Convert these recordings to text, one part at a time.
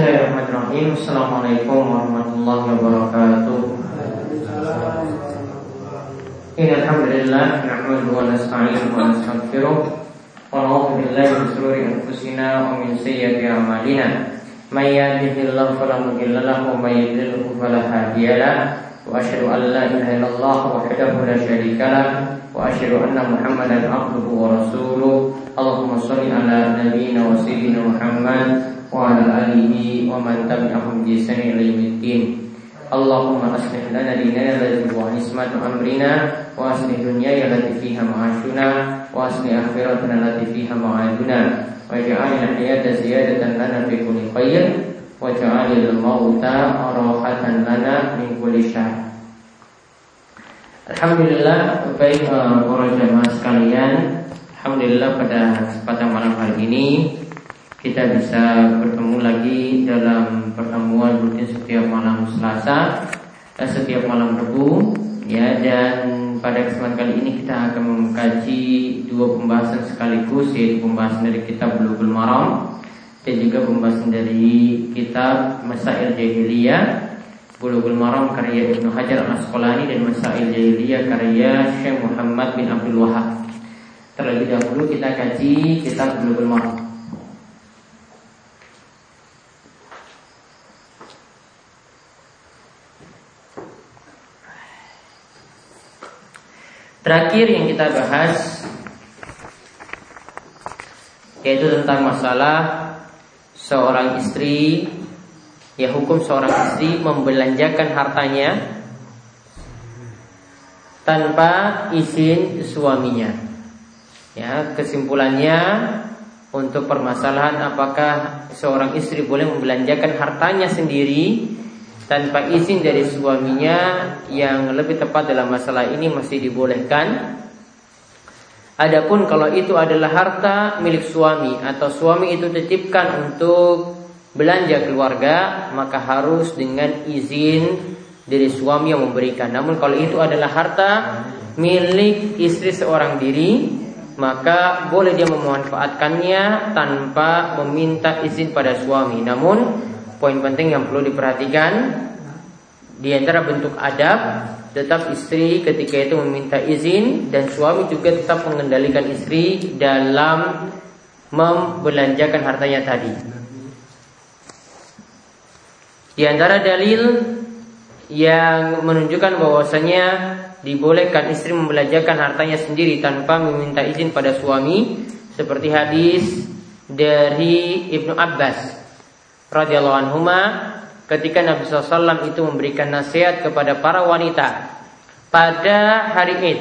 Bismillahirrahmanirrahim. Assalamualaikum warahmatullahi wabarakatuh. Alhamdulillah nahmaduhu wa nasta'inuhu wa nastaghfiruh wa na'udzu billahi min shururi anfusina wa min sayyiati a'malina. May yahdihillahu fala mudilla lahu wa may yudlilhu fala hadiya lahu. Wa asyhadu an la ilaha illallah wahdahu la syarika lahu wa asyhadu anna Muhammadan abduhu wa rasuluh. Allahumma shalli ala nabiyyina wa sayyidina Muhammad wa ala alihi wa man tabi'ahum bi ihsan ila yaumiddin. Allahumma aslih lana dinana allati huwa ismatu amrina wa aslih dunyana allati fiha ma'ashuna wa aslih akhiratana allati fiha ma'aduna waj'al al-hayata ziyadatan lana fi kulli khair waj'al al-mauta rahatan lana min kulli syarr. Alhamdulillah, baik para jamaah sekalian, alhamdulillah pada kesempatan malam hari ini kita bisa bertemu lagi dalam pertemuan rutin setiap malam Selasa, setiap malam Rabu, ya. Dan pada kesempatan kali ini kita akan mengkaji dua pembahasan sekaligus, yaitu pembahasan dari kitab Bulughul Maram dan juga pembahasan dari kitab Masail Jahiliyah. Bulughul Maram karya Ibnu Hajar Al-Asqalani dan Masail Jahiliyah karya Syekh Muhammad bin Abdul Wahhab. Terlebih dahulu kita kaji kitab Bulughul Maram. Terakhir yang kita bahas yaitu tentang masalah seorang istri, ya, hukum seorang istri membelanjakan hartanya tanpa izin suaminya. Ya, kesimpulannya untuk permasalahan apakah seorang istri boleh membelanjakan hartanya sendiri tanpa izin dari suaminya, yang lebih tepat dalam masalah ini masih dibolehkan. Adapun kalau itu adalah harta milik suami atau suami itu titipkan untuk belanja keluarga, maka harus dengan izin dari suami yang memberikan. Namun kalau itu adalah harta milik istri seorang diri, maka boleh dia memanfaatkannya tanpa meminta izin pada suami. Namun poin penting yang perlu diperhatikan, di antara bentuk adab, tetap istri ketika itu meminta izin, dan suami juga tetap mengendalikan istri dalam membelanjakan hartanya tadi. Di antara dalil yang menunjukkan bahwasanya dibolehkan istri membelanjakan hartanya sendiri tanpa meminta izin pada suami, seperti hadis dari Ibnu Abbas radhiyallahu anhuma, ketika Nabi SAW itu memberikan nasihat kepada para wanita pada hari Id.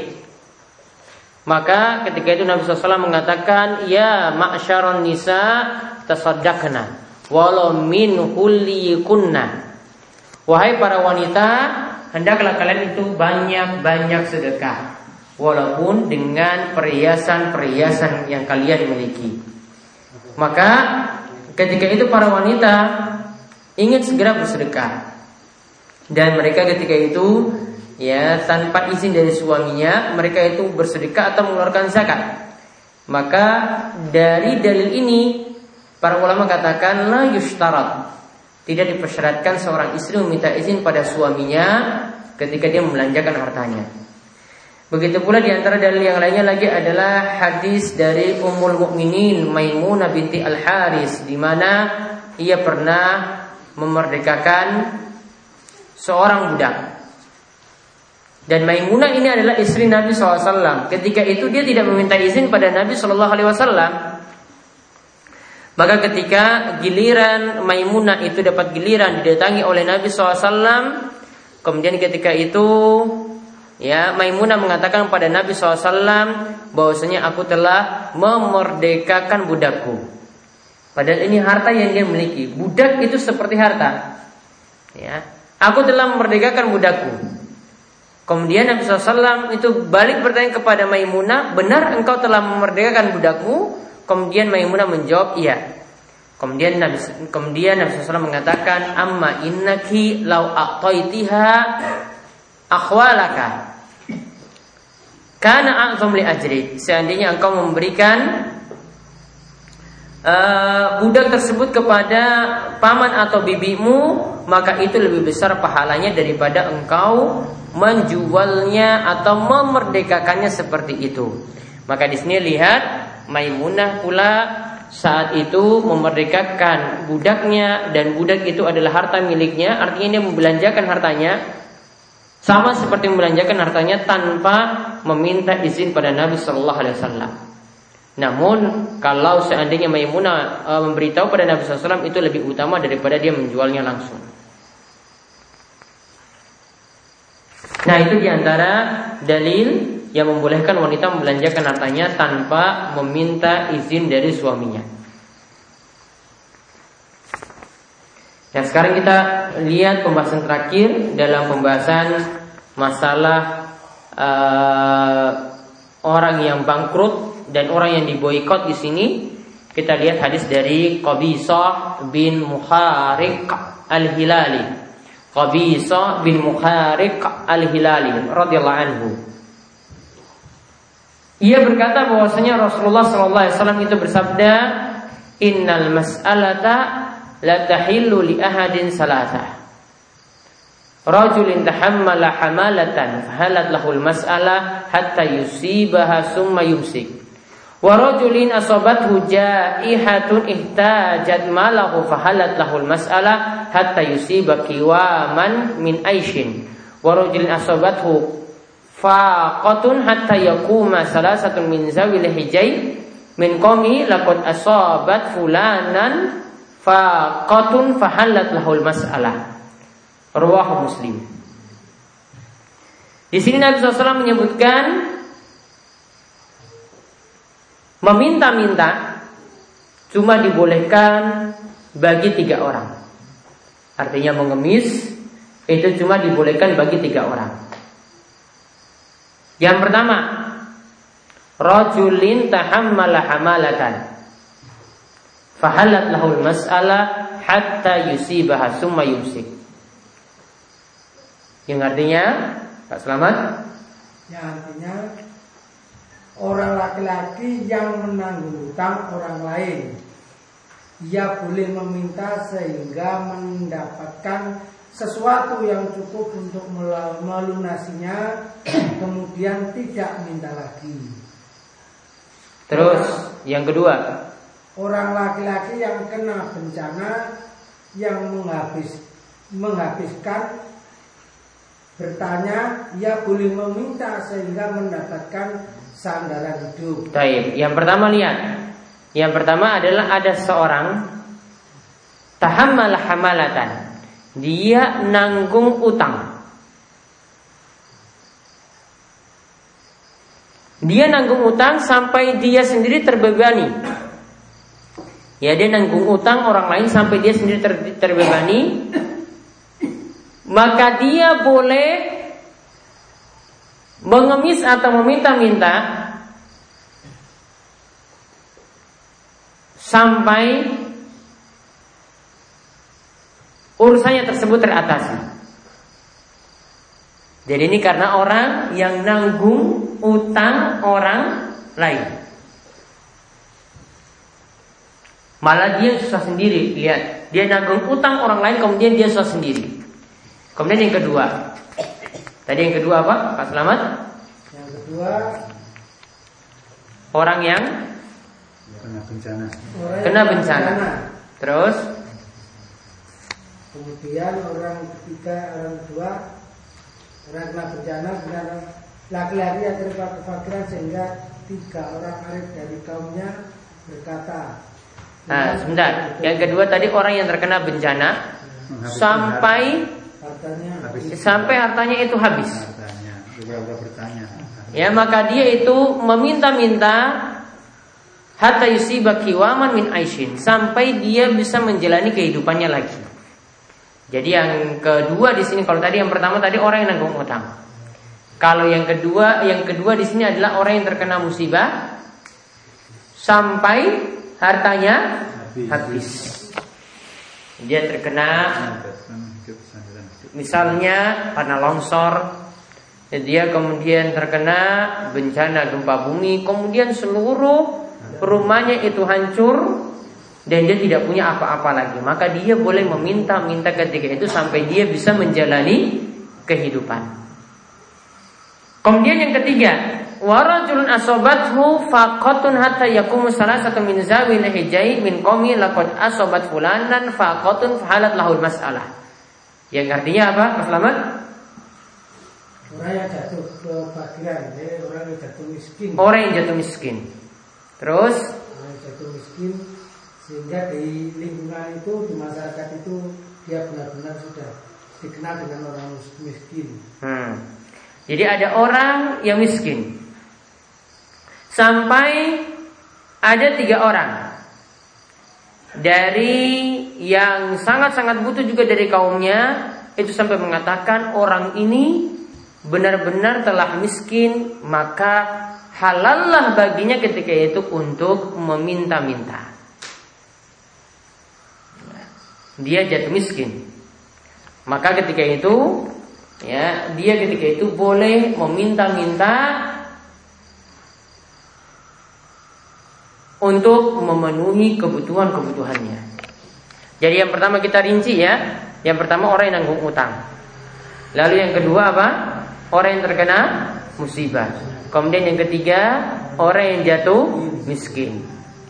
Maka ketika itu Nabi SAW mengatakan, ya ma'syaron nisa tasaddaqna walau min hullikunna. Wahai para wanita, hendaklah kalian itu banyak-banyak sedekah, walaupun dengan perhiasan-perhiasan yang kalian miliki. Maka ketika itu para wanita ingin segera bersedekah, dan mereka ketika itu, ya, tanpa izin dari suaminya, mereka itu bersedekah atau mengeluarkan zakat. Maka dari dalil ini para ulama katakan la yushtarat, tidak dipersyaratkan seorang istri meminta izin pada suaminya ketika dia membelanjakan hartanya. Begitu pula di antara dalil yang lainnya lagi adalah hadis dari Ummul Mukminin Maimunah binti Al-Haris, di mana ia pernah memerdekakan seorang budak. Dan Maimunah ini adalah istri Nabi SAW. Ketika itu dia tidak meminta izin pada Nabi SAW. Maka ketika giliran Maimunah itu dapat giliran didatangi oleh Nabi SAW, kemudian ketika itu, ya, Maimunah mengatakan pada Nabi SAW bahwasanya aku telah memerdekakan budakku. Padahal ini harta yang dia miliki. Budak itu seperti harta. Ya, aku telah memerdekakan budakku. Kemudian Nabi SAW itu balik bertanya kepada Maimunah, benar engkau telah memerdekakan budakmu? Kemudian Maimunah menjawab, iya. Kemudian Nabi SAW mengatakan, amma innaki law a'taitiha akhwalaka kana a'zam li ajri. Seandainya engkau memberikan budak tersebut kepada paman atau bibimu, maka itu lebih besar pahalanya daripada engkau menjualnya atau memerdekakannya seperti itu. Maka di sini lihat Maimunah pula saat itu memerdekakan budaknya, dan budak itu adalah harta miliknya. Artinya dia membelanjakan hartanya sama seperti membelanjakan hartanya tanpa meminta izin pada Nabi Sallallahu Alaihi Wasallam. Namun kalau seandainya Maimunah memberitahu pada Nabi Sallallahu Alaihi Wasallam, itu lebih utama daripada dia menjualnya langsung. Nah, itu diantara dalil yang membolehkan wanita membelanjakan hartanya tanpa meminta izin dari suaminya. Nah, sekarang kita lihat pembahasan terakhir dalam pembahasan masalah orang yang bangkrut dan orang yang diboikot. Di sini kita lihat hadis dari Qabisah bin Mukhariq al-Hilali. Qabisah bin Mukhariq al-Hilali radhiyallahu anhu. Ia berkata bahwasanya Rasulullah sallallahu alaihi wasallam itu bersabda, "Innal mas'alata la tahillu li ahadin salatah. Rajulin tahammala hamalatan fahalat lahul mas'alah hatta yusibaha summa yumsik. Wa rajulin asabathu ja'ihatun ihtajat malahu fahalat lahul mas'alah hatta yusiba qiwaman min aishin. Wa rajulin asabathu faqatun hatta yakuma salasatun min zawil hijai min qawmi laqad asabat fulanan faqatun fahalat lahul mas'alah." Rawahu Muslim. Di sini Nabi SAW menyebutkan meminta-minta cuma dibolehkan bagi 3 orang. Artinya mengemis itu cuma dibolehkan bagi 3 orang. Yang pertama, rajulin tahammala hamalatan fahalat lahul mas'alah hatta yusibaha summa yumsik. Yang artinya, Pak Selamat? Yang artinya orang laki-laki yang menanggung hutang orang lain, ia boleh meminta sehingga mendapatkan sesuatu yang cukup untuk melunasinya, kemudian tidak minta lagi. Terus yang kedua, orang laki-laki yang kena bencana yang menghabiskan bertanya, ia boleh meminta sehingga mendapatkan sandaran hidup. Baik, yang pertama lihat. Yang pertama adalah ada seorang tahammal hamalatan. Dia nanggung utang. Dia nanggung utang sampai dia sendiri terbebani. Ya, dia nanggung utang orang lain sampai dia sendiri terbebani. Maka dia boleh mengemis atau meminta-minta sampai urusannya tersebut teratasi. Jadi ini karena orang yang nanggung utang orang lain. Malah dia susah sendiri. Lihat, dia nanggung utang orang lain, kemudian dia susah sendiri. Kemudian yang kedua, tadi yang kedua apa, Pak Selamat? Yang kedua, orang yang kena bencana. Terus, kemudian orang ketiga, orang kedua, orang kena bencana dengan laki-laki yang terlibat kefakiran sehingga 3 orang arif dari kaumnya berkata. Nah, sebentar. Yang kedua tadi orang yang terkena bencana sampai hartanya itu habis. Ya, maka dia itu meminta-minta hatta yusiba qiwaman min aishin, sampai dia bisa menjalani kehidupannya lagi. Jadi yang kedua di sini, kalau tadi yang pertama tadi orang yang nanggung utang. Kalau yang kedua di sini adalah orang yang terkena musibah sampai hartanya habis. Dia terkena misalnya karena longsor, dia kemudian terkena bencana gempa bumi, kemudian seluruh rumahnya itu hancur, dan dia tidak punya apa-apa lagi, maka dia boleh meminta-minta ketika itu sampai dia bisa menjalani kehidupan. Kemudian yang ketiga, warajulun asobathu faqatun hatta yakumu salasatu min zawil hijai min qaumi laqad asobat fulanan faqatun fahalat lahul mas'alah. Yang artinya apa, Mas Slamet? Orang yang jatuh ke fakiran, orang yang jatuh miskin. Orang yang jatuh miskin. Terus orang yang jatuh miskin, sehingga di lingkungan itu, di masyarakat itu dia benar-benar sudah dikenal dengan orang miskin. Jadi ada orang yang miskin, sampai ada 3 orang dari yang sangat-sangat butuh juga dari kaumnya, itu sampai mengatakan orang ini benar-benar telah miskin, maka halallah baginya ketika itu untuk meminta-minta. Dia jatuh miskin, maka ketika itu dia ketika itu boleh meminta-minta untuk memenuhi kebutuhan-kebutuhannya. Jadi yang pertama kita rinci ya. Yang pertama orang yang nanggung utang. Lalu yang kedua apa? Orang yang terkena musibah. Kemudian yang ketiga orang yang jatuh miskin.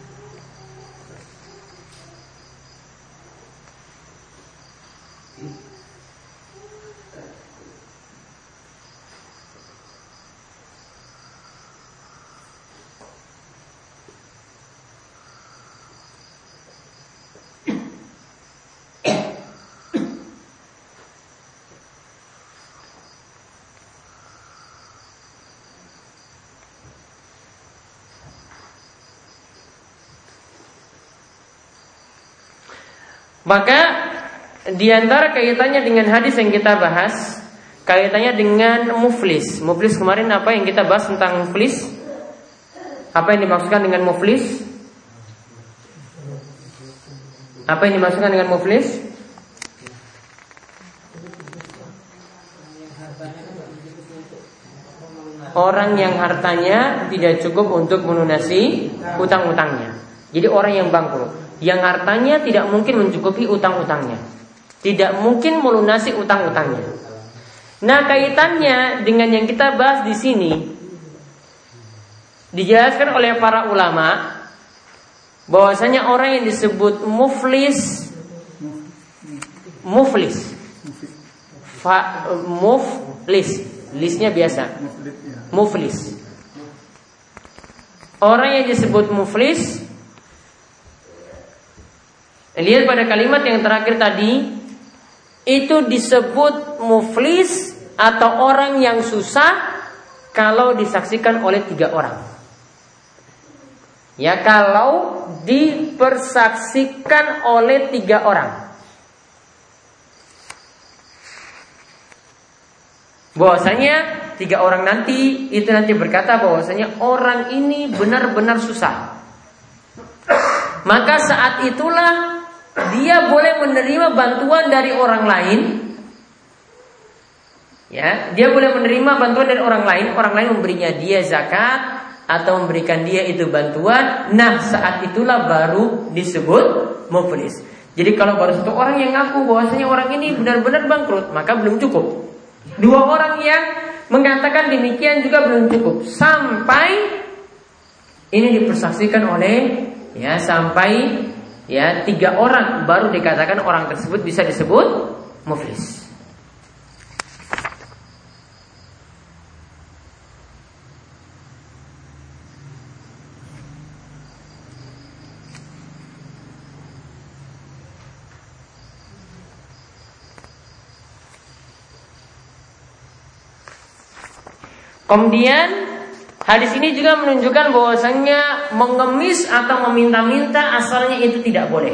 Maka diantara kaitannya dengan hadis yang kita bahas, kaitannya dengan muflis. Muflis kemarin apa yang kita bahas tentang muflis? Apa yang dimaksudkan dengan muflis? Apa yang dimaksudkan dengan muflis? Orang yang hartanya tidak cukup untuk melunasi utang-utangnya. Jadi orang yang bangkrut, yang hartanya tidak mungkin mencukupi utang-utangnya, tidak mungkin melunasi utang-utangnya. Nah, kaitannya dengan yang kita bahas di sini dijelaskan oleh para ulama bahwasanya orang yang disebut muflis, listnya biasa, muflis. Orang yang disebut muflis, lihat pada kalimat yang terakhir tadi, itu disebut muflis atau orang yang susah kalau disaksikan oleh 3 orang. Ya, kalau dipersaksikan oleh 3 orang. Bahwasanya 3 orang nanti itu nanti berkata bahwasanya orang ini benar-benar susah. Maka saat itulah dia boleh menerima bantuan dari orang lain. Ya, dia boleh menerima bantuan dari orang lain memberinya dia zakat atau memberikan dia itu bantuan. Nah, saat itulah baru disebut muflis. Jadi kalau baru 1 orang yang ngaku bahwasanya orang ini benar-benar bangkrut, maka belum cukup. 2 orang yang mengatakan demikian juga belum cukup, sampai ini dipersaksikan oleh sampai 3 orang baru dikatakan orang tersebut bisa disebut muflis. Kemudian hadis ini juga menunjukkan bahwasanya mengemis atau meminta-minta asalnya itu tidak boleh.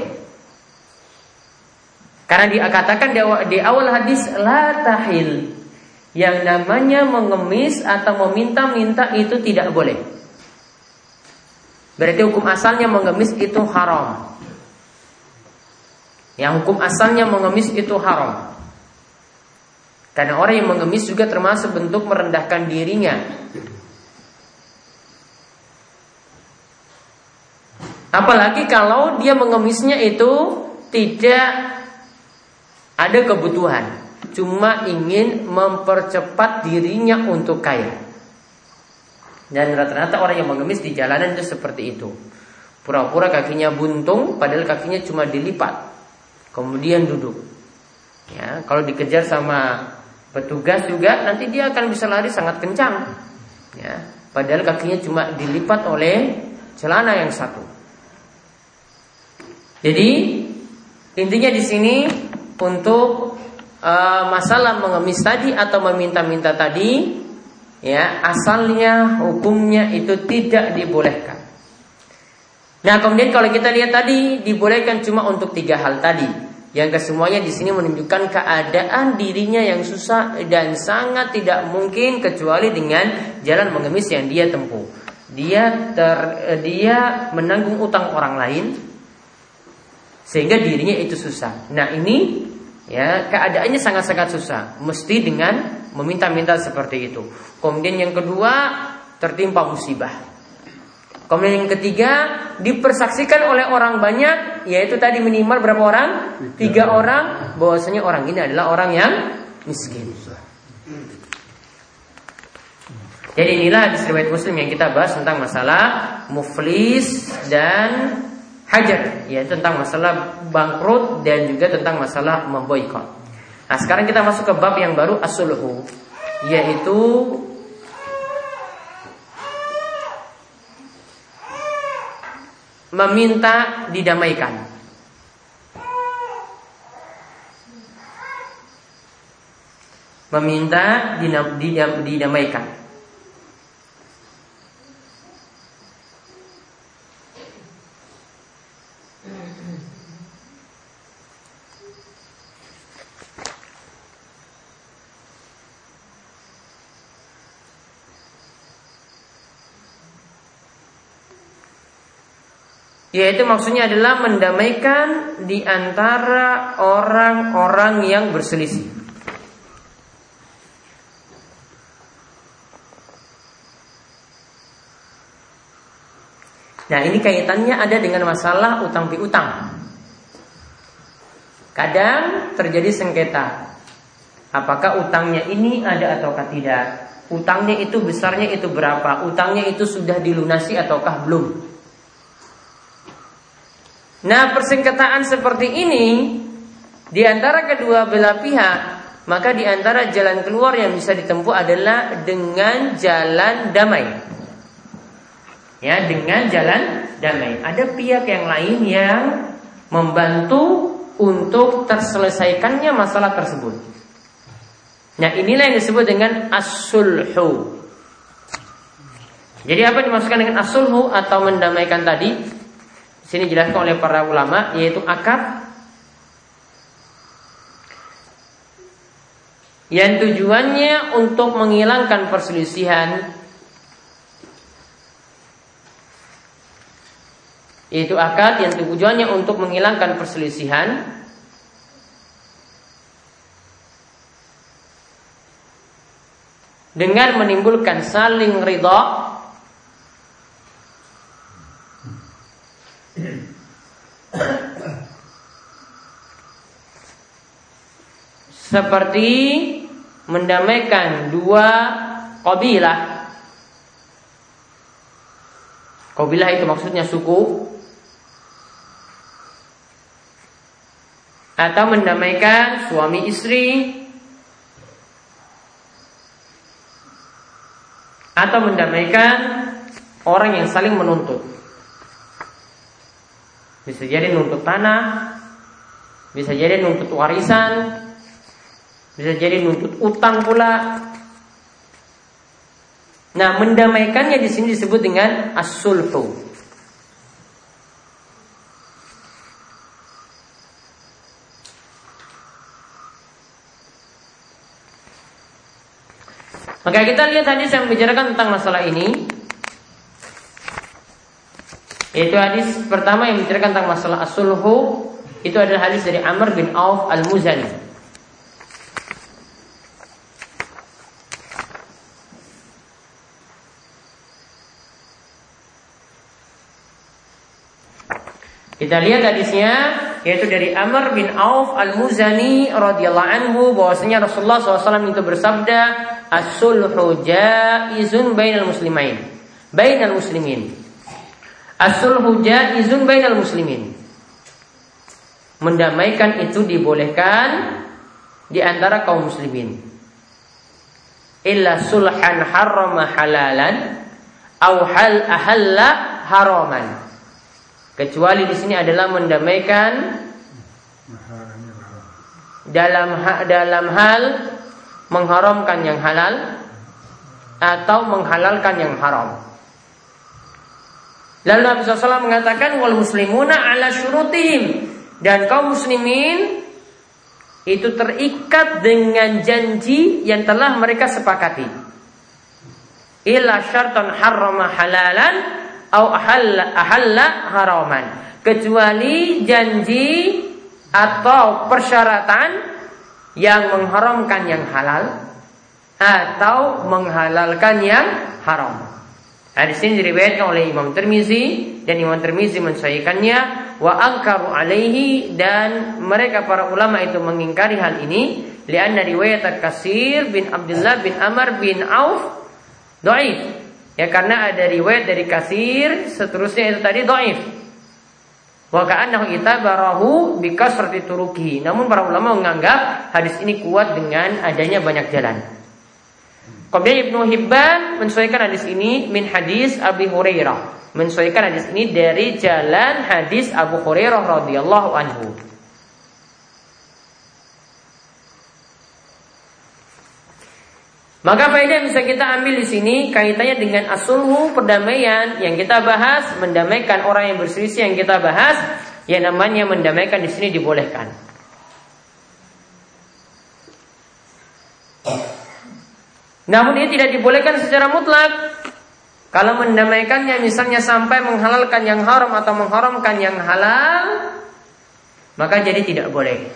Karena dikatakan di awal hadis la tahil, yang namanya mengemis atau meminta-minta itu tidak boleh. Berarti hukum asalnya mengemis itu haram. Yang hukum asalnya mengemis itu haram. Karena orang yang mengemis juga termasuk bentuk merendahkan dirinya. Apalagi kalau dia mengemisnya itu tidak ada kebutuhan, cuma ingin mempercepat dirinya untuk kaya. Dan rata-rata orang yang mengemis di jalanan itu seperti itu. Pura-pura kakinya buntung, padahal kakinya cuma dilipat, kemudian duduk. Ya, kalau dikejar sama petugas juga nanti dia akan bisa lari sangat kencang. Ya, padahal kakinya cuma dilipat oleh celana yang satu. Jadi intinya di sini untuk masalah mengemis tadi atau meminta-minta tadi, ya, asalnya hukumnya itu tidak dibolehkan. Nah, kemudian kalau kita lihat tadi dibolehkan cuma untuk 3 hal tadi. Yang kesemuanya di sini menunjukkan keadaan dirinya yang susah dan sangat tidak mungkin kecuali dengan jalan mengemis yang dia tempuh. Dia menanggung utang orang lain sehingga dirinya itu susah. Nah, ini ya keadaannya sangat-sangat susah, mesti dengan meminta-minta seperti itu. Kemudian yang kedua, tertimpa musibah. Kemudian yang ketiga, dipersaksikan oleh orang banyak, yaitu tadi minimal berapa orang? 3 orang, bahwasanya orang ini adalah orang yang miskin. Jadi inilah hadis riwayat Muslim yang kita bahas tentang masalah muflis dan hajar, yaitu tentang masalah bangkrut dan juga tentang masalah memboikot. Nah, sekarang kita masuk ke bab yang baru, as-sulhu, yaitu meminta didamaikan. Meminta didamaikan. Yaitu maksudnya adalah mendamaikan di antara orang-orang yang berselisih. Nah, ini kaitannya ada dengan masalah utang piutang. Kadang terjadi sengketa. Apakah utangnya ini ada ataukah tidak? Utangnya itu besarnya itu berapa? Utangnya itu sudah dilunasi ataukah belum? Nah, persengketaan seperti ini di antara kedua belah pihak, maka di antara jalan keluar yang bisa ditempuh adalah dengan jalan damai. Ya, dengan jalan damai. Ada pihak yang lain yang membantu untuk terselesaikannya masalah tersebut. Nah, inilah yang disebut dengan as-sulhu. Jadi apa dimaksudkan dengan as-sulhu atau mendamaikan tadi? Di sini dijelaskan oleh para ulama, yaitu akad yang tujuannya untuk menghilangkan perselisihan, yaitu akad yang tujuannya untuk menghilangkan perselisihan dengan menimbulkan saling ridha, seperti mendamaikan 2 qabilah. Qabilah itu maksudnya suku, atau mendamaikan suami istri, atau mendamaikan orang yang saling menuntut. Bisa jadi nuntut tanah, bisa jadi nuntut warisan, bisa jadi nuntut utang pula. Nah, mendamaikannya di sini disebut dengan as-sulhu. Maka kita lihat hadis yang membicarakan tentang masalah ini, yaitu hadis pertama yang membicarakan tentang masalah as-sulhu. Itu adalah hadis dari Amr bin Auf al-Muzani. Kita lihat hadisnya, yaitu dari Amr bin Auf al-Muzani radhiyallahu anhu, bahwasanya Rasulullah SAW itu bersabda, as-sulhu jaizun bainal muslimin. As-sulhu jaizun bainal muslimin. Mendamaikan itu dibolehkan di antara kaum muslimin. Illa sulhan harrama halalan au ahalla haraman. Kecuali di sini adalah mendamaikan dalam hal mengharamkan yang halal atau menghalalkan yang haram. Lalu Nabi SAW mengatakan wal muslimuna ala syurutihim, dan kaum muslimin itu terikat dengan janji yang telah mereka sepakati. Illa syartan harrama halalan au ahalla haraman. Kecuali janji atau persyaratan yang mengharamkan yang halal atau menghalalkan yang haram. Hadis ini diriwayatkan oleh Imam Tirmizi, dan Imam Tirmizi mensahihkannya. Wa angkaru alaihi, dan mereka para ulama itu mengingkari hal ini. Lianna riwayat Kasir bin Abdullah bin Amr bin Auf dhaif. Ya, karena ada riwayat dari Kasir seterusnya itu tadi dhaif. Wa ka'annahu itabarahu bi kasrati turuki. Namun para ulama menganggap hadis ini kuat dengan adanya banyak jalan. Kemudian Ibnu Hibban mensuaikan hadis ini min hadis Abi Hurairah. Mensuaikan hadis ini dari jalan hadis Abu Hurairah radhiyallahu anhu. Maka faedah yang bisa kita ambil di sini kaitannya dengan as-sulhu, perdamaian yang kita bahas, mendamaikan orang yang berselisih yang kita bahas, yang namanya mendamaikan di sini dibolehkan. Namun ini tidak dibolehkan secara mutlak. Kalau mendamaikannya misalnya sampai menghalalkan yang haram atau mengharamkan yang halal, maka jadi tidak boleh.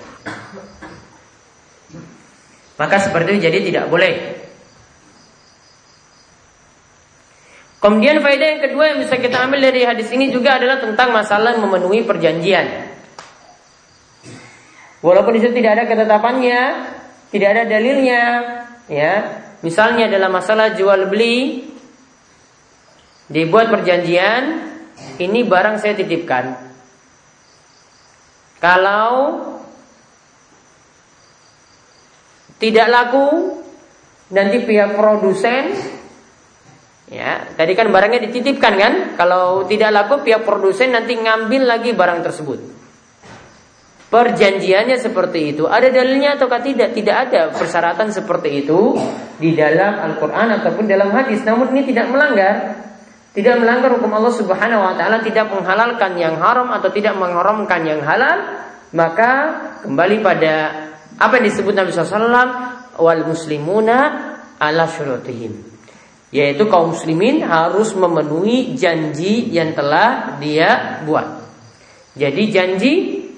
Maka seperti itu jadi tidak boleh. Kemudian faedah yang kedua yang bisa kita ambil dari hadis ini juga adalah tentang masalah memenuhi perjanjian. Walaupun di situ tidak ada ketetapannya, tidak ada dalilnya, ya. Misalnya dalam masalah jual beli, dibuat perjanjian, ini barang saya titipkan. Kalau tidak laku, nanti pihak produsen, ya, tadi kan barangnya dititipkan kan? Kalau tidak laku, pihak produsen nanti ngambil lagi barang tersebut. Perjanjiannya seperti itu. Ada dalilnya ataukah tidak? Tidak ada persyaratan seperti itu di dalam Al-Quran ataupun dalam hadis. Namun ini tidak melanggar hukum Allah Subhanahu Wa Taala, tidak menghalalkan yang haram atau tidak mengharamkan yang halal. Maka kembali pada apa yang disebut Nabi SAW, wal muslimuna ala syurutihim, yaitu kaum muslimin harus memenuhi janji yang telah dia buat. Jadi janji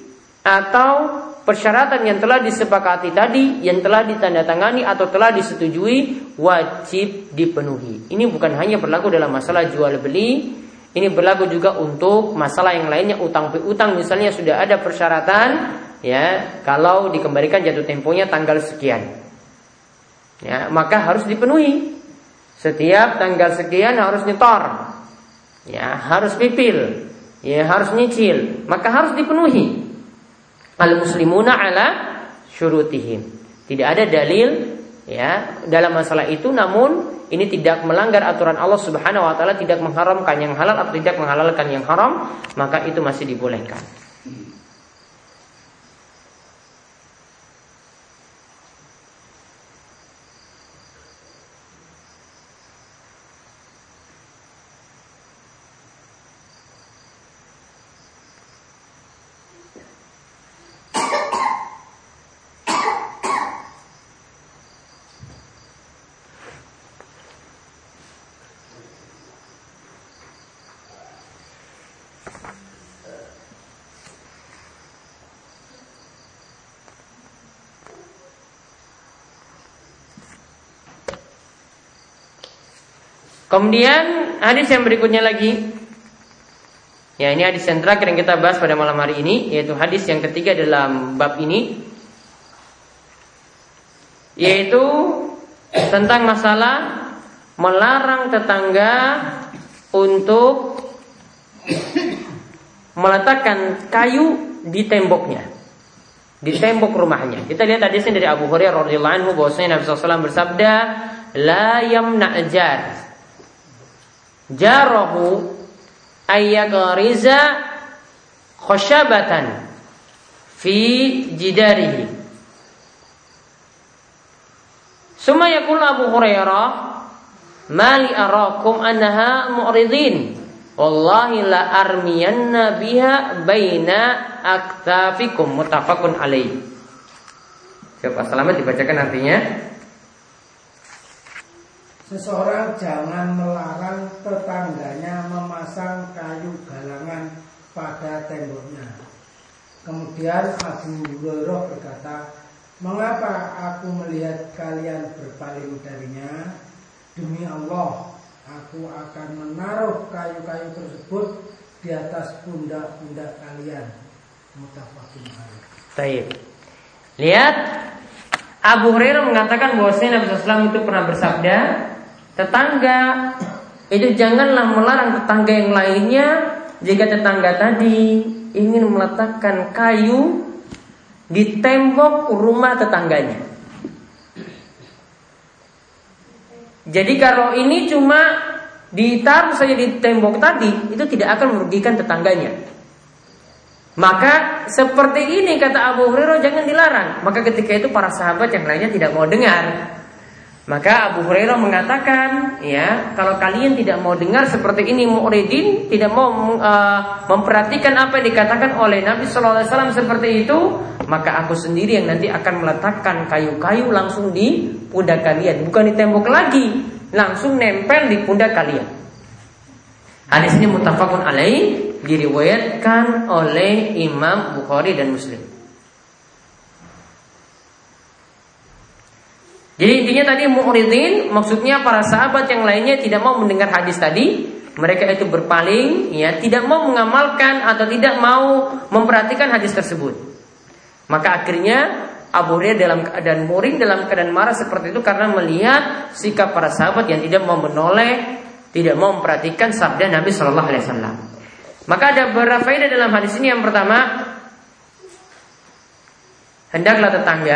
atau persyaratan yang telah disepakati tadi, yang telah ditandatangani atau telah disetujui, wajib dipenuhi. Ini bukan hanya berlaku dalam masalah jual beli, ini berlaku juga untuk masalah yang lainnya, utang piutang misalnya sudah ada persyaratan, ya, kalau dikembalikan jatuh temponya tanggal sekian, ya, maka harus dipenuhi. Setiap tanggal sekian harus nyetor, ya, harus pipil, ya, harus nyicil, maka harus dipenuhi. Al-muslimuna ala syurutihim. Tidak ada dalil, ya, dalam masalah itu, namun ini tidak melanggar aturan Allah Subhanahu Wa Taala, tidak mengharamkan yang halal atau tidak menghalalkan yang haram, maka itu masih dibolehkan. Kemudian hadis yang berikutnya lagi, Ya, ini hadis yang terakhir yang kita bahas pada malam hari ini, yaitu hadis yang ketiga dalam bab ini, yaitu tentang masalah melarang tetangga untuk meletakkan kayu di temboknya, di tembok rumahnya. Kita lihat hadisnya dari Abu Hurairah radhiyallahu anhu bahwasanya Nabi SAW bersabda, la yamna jarahu ayyagriza khashabatan fi jidarihi. Summa yaqul Abu Hurairah, mali arakum annaha mu'ridin, wallahi la armiyanna biha baina aktafikum, muttafaqun alaih. Coba selamat dibacakan artinya. Seseorang jangan melarang tetangganya memasang kayu galangan pada temboknya. Kemudian Abu Hurairah berkata, mengapa aku melihat kalian berpaling darinya? Demi Allah, aku akan menaruh kayu-kayu tersebut di atas pundak-pundak kalian. Muttafaqun alaih. Baik. Lihat, Abu Hurairah mengatakan bahwasanya Nabi SAW itu pernah bersabda, tetangga itu janganlah melarang tetangga yang lainnya jika tetangga tadi ingin meletakkan kayu di tembok rumah tetangganya. Jadi kalau ini cuma ditaruh saja di tembok tadi, itu tidak akan merugikan tetangganya. Maka seperti ini kata Abu Hurairah, jangan dilarang. Maka ketika itu para sahabat yang lainnya tidak mau dengar. Maka Abu Hurairah mengatakan, ya, kalau kalian tidak mau dengar seperti ini, mu'ridin, tidak mau memperhatikan apa yang dikatakan oleh Nabi SAW seperti itu, maka aku sendiri yang nanti akan meletakkan kayu-kayu langsung di pundak kalian, bukan di tembok lagi, langsung nempel di pundak kalian. Hadis ini muttafaqun alaih, diriwayatkan oleh Imam Bukhari dan Muslim. Jadi intinya tadi mu'ridin, maksudnya para sahabat yang lainnya tidak mau mendengar hadis tadi. Mereka itu berpaling, ya, tidak mau mengamalkan atau tidak mau memperhatikan hadis tersebut. Maka akhirnya Abu Hurairah dalam keadaan muring, dalam keadaan marah seperti itu karena melihat sikap para sahabat yang tidak mau menoleh, tidak mau memperhatikan sabda Nabi Shallallahu Alaihi Wasallam. Maka ada beberapa faedah dalam hadis ini. Yang pertama, hendaklah tetangga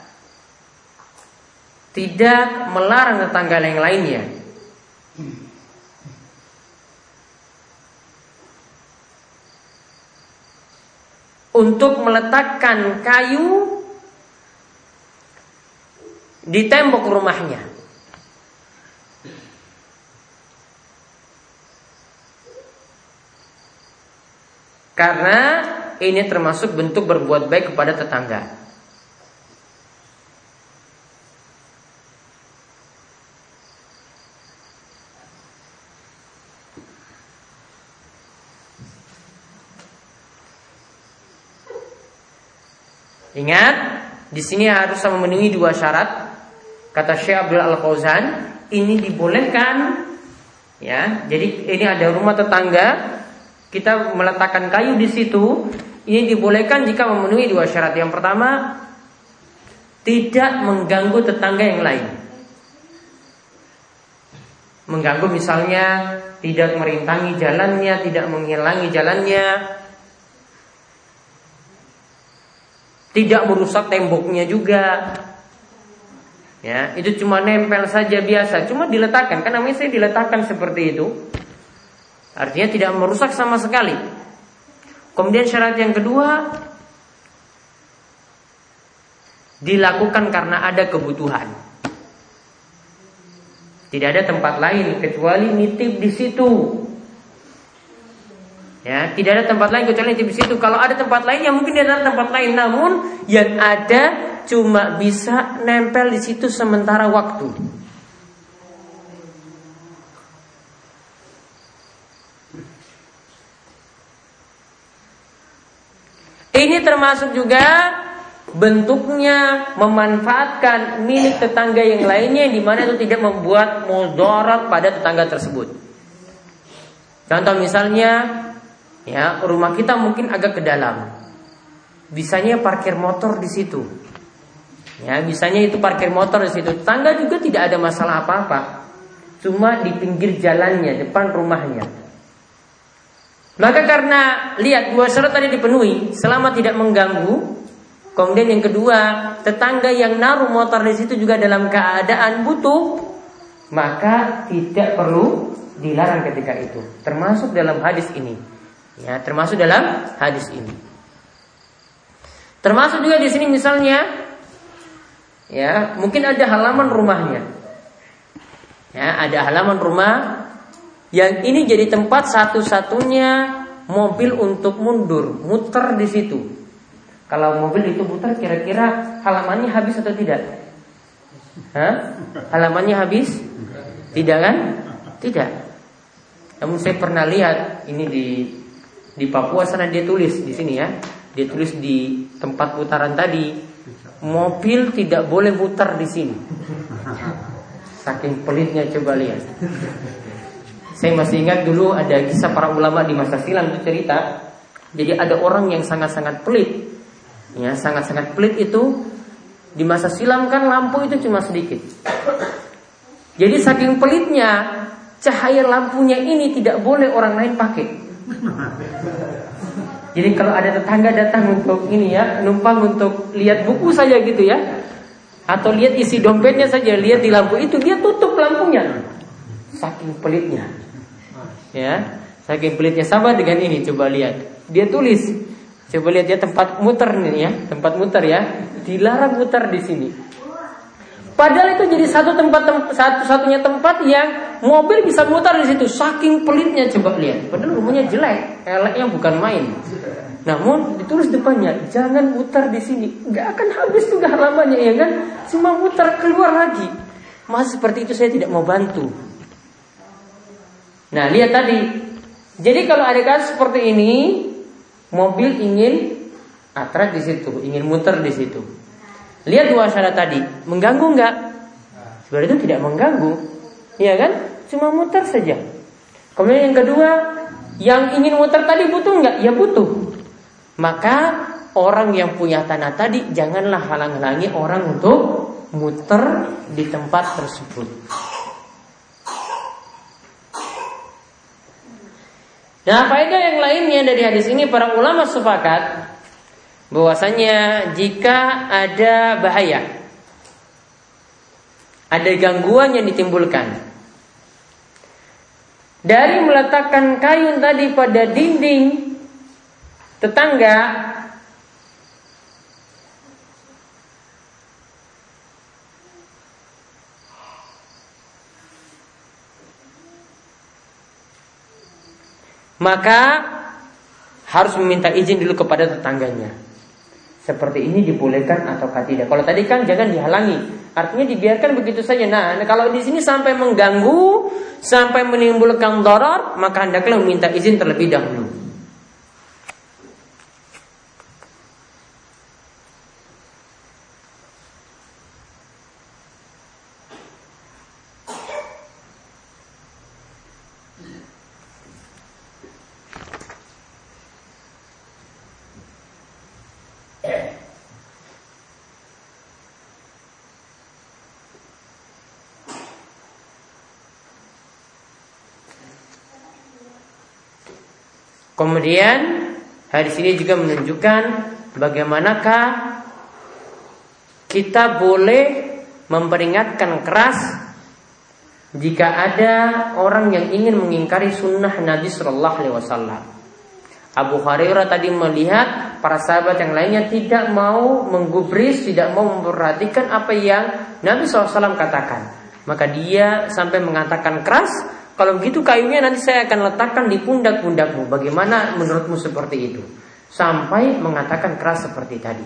tidak melarang tetangga yang lainnya untuk meletakkan kayu di tembok rumahnya. Karena ini termasuk bentuk berbuat baik kepada tetangga. Ingat, di sini harus memenuhi dua syarat. Kata Syekh Abdul Al-Fauzan, ini dibolehkan, ya. Jadi ini ada rumah tetangga, kita meletakkan kayu di situ. Ini dibolehkan jika memenuhi dua syarat. Yang pertama, tidak mengganggu tetangga yang lain. Mengganggu misalnya tidak merintangi jalannya, tidak menghilangi jalannya, tidak merusak temboknya juga. Ya, itu cuma nempel saja biasa, cuma diletakkan. Kan namanya saya diletakkan seperti itu. Artinya tidak merusak sama sekali. Kemudian syarat yang kedua, dilakukan karena ada kebutuhan. Tidak ada tempat lain kecuali nitip di situ. Ya, tidak ada tempat lain kecuali di situ. Kalau ada tempat lain, ya mungkin ada tempat lain, namun yang ada cuma bisa nempel di situ sementara waktu. Ini termasuk juga bentuknya memanfaatkan milik tetangga yang lainnya, di mana itu tidak membuat mudarat pada tetangga tersebut. Contoh misalnya, Ya, rumah kita mungkin agak ke dalam. Bisanya parkir motor di situ. Ya, bisanya itu parkir motor di situ. Tangga juga tidak ada masalah apa-apa. Cuma di pinggir jalannya, depan rumahnya. Maka karena lihat 2 syarat tadi dipenuhi, selama tidak mengganggu. Kemudian yang kedua, tetangga yang naruh motor di situ juga dalam keadaan butuh, maka tidak perlu dilarang ketika itu. Termasuk dalam hadis ini. Ya, termasuk dalam hadis ini. Termasuk juga di sini misalnya, ya, mungkin ada halaman rumahnya. Ya, ada halaman rumah yang ini jadi tempat satu-satunya mobil untuk mundur, muter di situ. Kalau mobil itu muter, kira-kira halamannya habis atau tidak? Hah? Halamannya habis? Tidak kan? Tidak. Namun saya pernah lihat ini di Papua sana, dia tulis di sini ya. Dia tulis di tempat putaran tadi, mobil tidak boleh muter di sini. Saking pelitnya, coba lihat. Saya masih ingat dulu ada kisah para ulama di masa silam itu cerita. Jadi ada orang yang sangat-sangat pelit. Ya, sangat-sangat pelit itu. Di masa silam kan lampu itu cuma sedikit. Jadi saking pelitnya, cahaya lampunya ini tidak boleh orang lain pakai. Jadi kalau ada tetangga datang untuk ini ya, numpang untuk lihat buku saja gitu ya, atau lihat isi dompetnya saja, lihat di lampu itu, dia tutup lampunya. Saking pelitnya. Ya, saking pelitnya. Sama dengan ini, coba lihat. Dia tulis, coba lihat ya, tempat muter nih ya, tempat muter ya, dilarang muter di sini. Padahal itu jadi satu-satunya tempat yang mobil bisa muter di situ. Saking pelitnya, coba lihat. Padahal rumahnya jelek, eleknya bukan main. Namun ditulis depannya, jangan muter di sini. Gak akan habis juga halamannya, ya kan? Cuma muter keluar lagi. Mas seperti itu saya tidak mau bantu. Nah, lihat tadi. Jadi kalau ada kasus seperti ini, mobil ingin atrak di situ, ingin muter di situ. Lihat 2 syarat tadi, mengganggu enggak? Sebenarnya itu tidak mengganggu, iya kan? Cuma muter saja. Kemudian yang kedua, yang ingin muter tadi butuh enggak? Ya butuh. Maka orang yang punya tanah tadi janganlah halang-halangi orang untuk muter di tempat tersebut. Nah, faedah yang lainnya dari hadis ini, para ulama sepakat bahwasanya jika ada bahaya, ada gangguan yang ditimbulkan dari meletakkan kayu tadi pada dinding tetangga, maka harus meminta izin dulu kepada tetangganya. Seperti ini dibolehkan ataukah tidak? Kalau tadi kan jangan dihalangi, artinya dibiarkan begitu saja. Nah, kalau di sini sampai mengganggu, sampai menimbulkan darar, maka hendaklah meminta izin terlebih dahulu. Kemudian hadis ini juga menunjukkan bagaimanakah kita boleh memperingatkan keras jika ada orang yang ingin mengingkari sunnah Nabi Sallallahu Alaihi Wasallam. Abu Hurairah tadi melihat para sahabat yang lainnya tidak mau menggubris, tidak mau memperhatikan apa yang Nabi SAW katakan. Maka dia sampai mengatakan keras, kalau begitu kayunya nanti saya akan letakkan di pundak-pundakmu. Bagaimana menurutmu seperti itu? Sampai mengatakan keras seperti tadi.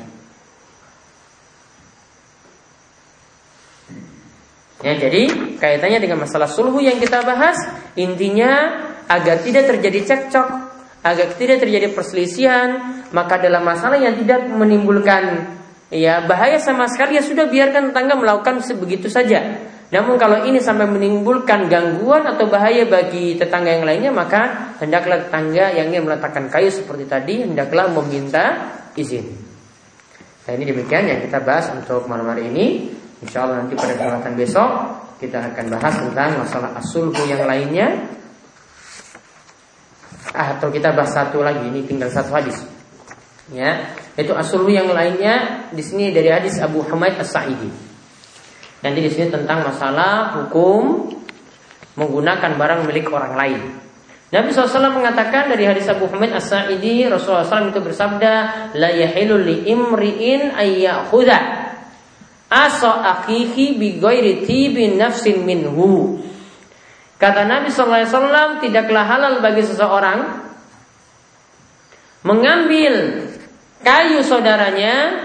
Ya, jadi kaitannya dengan masalah sulhu yang kita bahas, intinya agar tidak terjadi cekcok, agar tidak terjadi perselisihan, maka dalam masalah yang tidak menimbulkan bahaya sama sekali, ya sudah biarkan tetangga melakukan sebegitu saja. Namun kalau ini sampai menimbulkan gangguan atau bahaya bagi tetangga yang lainnya, maka hendaklah tetangga yang ingin meletakkan kayu seperti tadi hendaklah meminta izin. Nah, ini demikian yang kita bahas untuk malam hari ini. Insya Allah nanti pada kesempatan besok kita akan bahas tentang masalah as-sulhu yang lainnya. Atau kita bahas satu lagi, ini tinggal satu hadis. Ya, itu as-sulhu yang lainnya di sini dari hadis Abu Humaid As-Sa'idi. Nanti di sini tentang masalah hukum menggunakan barang milik orang lain. Nabi SAW mengatakan dari hadis Abu Humaid As-Sa'idi, Rasulullah SAW itu bersabda, la yahillu li imri'in ayyakhudha asa akhihi bi ghairi tibi nafsin minhu. Kata Nabi SAW, tidaklah halal bagi seseorang mengambil kayu saudaranya,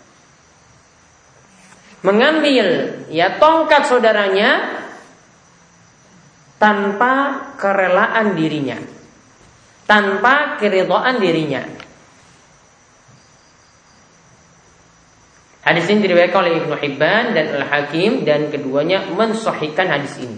mengambil tongkat saudaranya tanpa kerelaan dirinya, tanpa keridhaan dirinya. Hadis ini diriwayatkan oleh Ibnu Hibban dan Al-Hakim, dan keduanya mensahihkan hadis ini.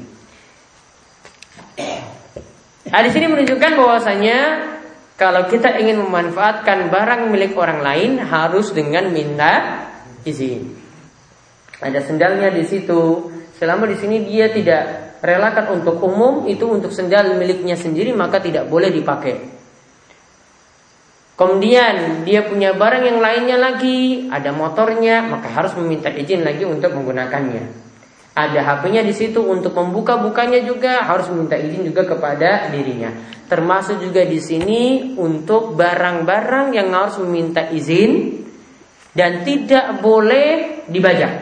Hadis ini menunjukkan bahwasanya kalau kita ingin memanfaatkan barang milik orang lain harus dengan minta izin. Ada sendalnya di situ, selama di sini dia tidak relakan untuk umum, itu untuk sendal miliknya sendiri, maka tidak boleh dipakai. Kemudian dia punya barang yang lainnya lagi, ada motornya, maka harus meminta izin lagi untuk menggunakannya. Ada HP-nya di situ, untuk membuka-bukanya juga harus meminta izin juga kepada dirinya. Termasuk juga di sini untuk barang-barang yang harus meminta izin dan tidak boleh dibajak.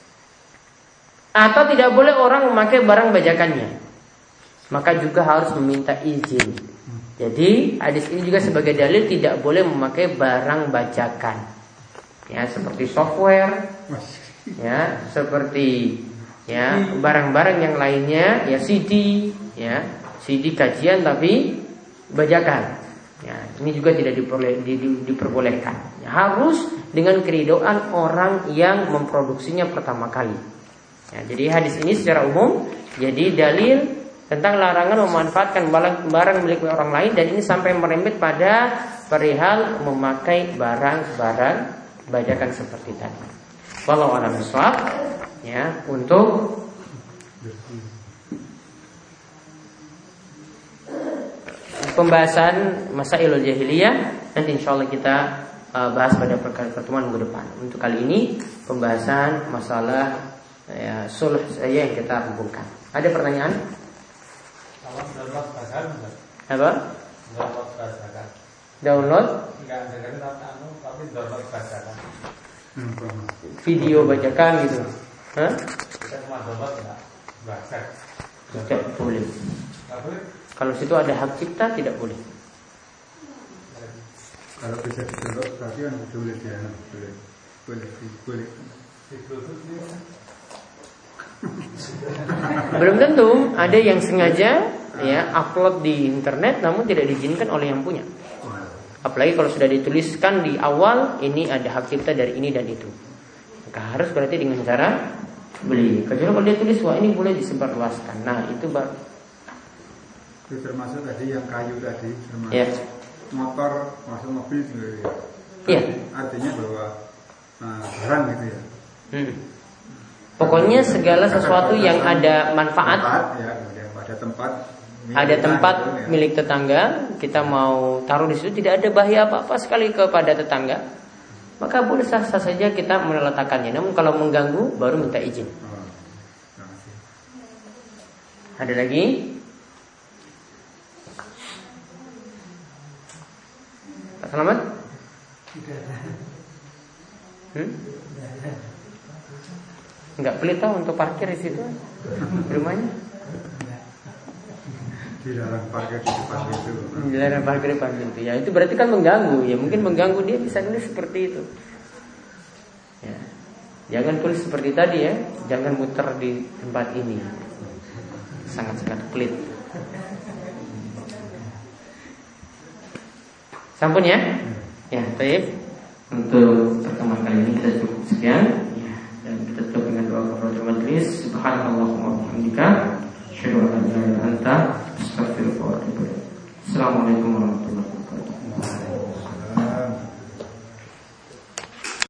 Atau tidak boleh orang memakai barang bajakannya, maka juga harus meminta izin. Jadi hadis ini juga sebagai dalil tidak boleh memakai barang bajakan, ya seperti software, ya seperti barang-barang yang lainnya, ya CD kajian tapi bajakan. Ya, ini juga tidak diperbolehkan. Ya, harus dengan keridhaan orang yang memproduksinya pertama kali. Ya, jadi hadis ini secara umum jadi dalil tentang larangan memanfaatkan barang milik orang lain, dan ini sampai merembet pada perihal memakai barang-barang bajakan seperti tadi. Wallahu a'lam bishawab. Ya, untuk pembahasan masailul jahiliyah nanti insyaallah kita bahas pada pertemuan minggu depan. Untuk kali ini pembahasan masalah sulh saya yang kita hubungkan. Ada pertanyaan? Apa? Download? Video bajakan gitu. Hah? Tidak boleh. Kalau situ ada hak cipta tidak boleh. Kalau bisa di-download berarti kan boleh dia boleh. Belum tentu, ada yang sengaja upload di internet namun tidak diizinkan oleh yang punya. Apalagi kalau sudah dituliskan di awal ini ada hak cipta dari ini dan itu, maka harus berarti dengan cara beli. Kecuali kalau dia tulis wah ini boleh disebarluaskan, nah itu itu termasuk tadi yang kayu tadi, termasuk motor, masuk mobil juga. Iya. Artinya bahwa barang gitu ya. Pokoknya segala sesuatu yang ada manfaat, ada tempat milik tetangga, kita mau taruh di situ tidak ada bahaya apa-apa sekali kepada tetangga, maka boleh sah-sah saja kita meletakkannya. Namun kalau mengganggu baru minta izin. Ada lagi? Pak Selamat? Enggak pelit tau untuk parkir di situ di rumahnya? Dilarang parkir di depan itu. Dilarang parkir di depan itu. Ya itu berarti kan mengganggu. Ya mungkin mengganggu, dia bisa nulis seperti itu. Ya. Jangan tulis seperti tadi ya. Jangan muter di tempat ini. Sangat-sangat pelit. Sampun ya? Ya, baik. Untuk pertemuan kali ini kita cukup sekian. Ya, dan kita tutup dengan doa kafaratul majlis. Subhanallahumma wa bihamdika, asyhadu an la ilaha illa anta, astaghfiruka wa atubu ilaik. Assalamualaikum warahmatullahi wabarakatuh.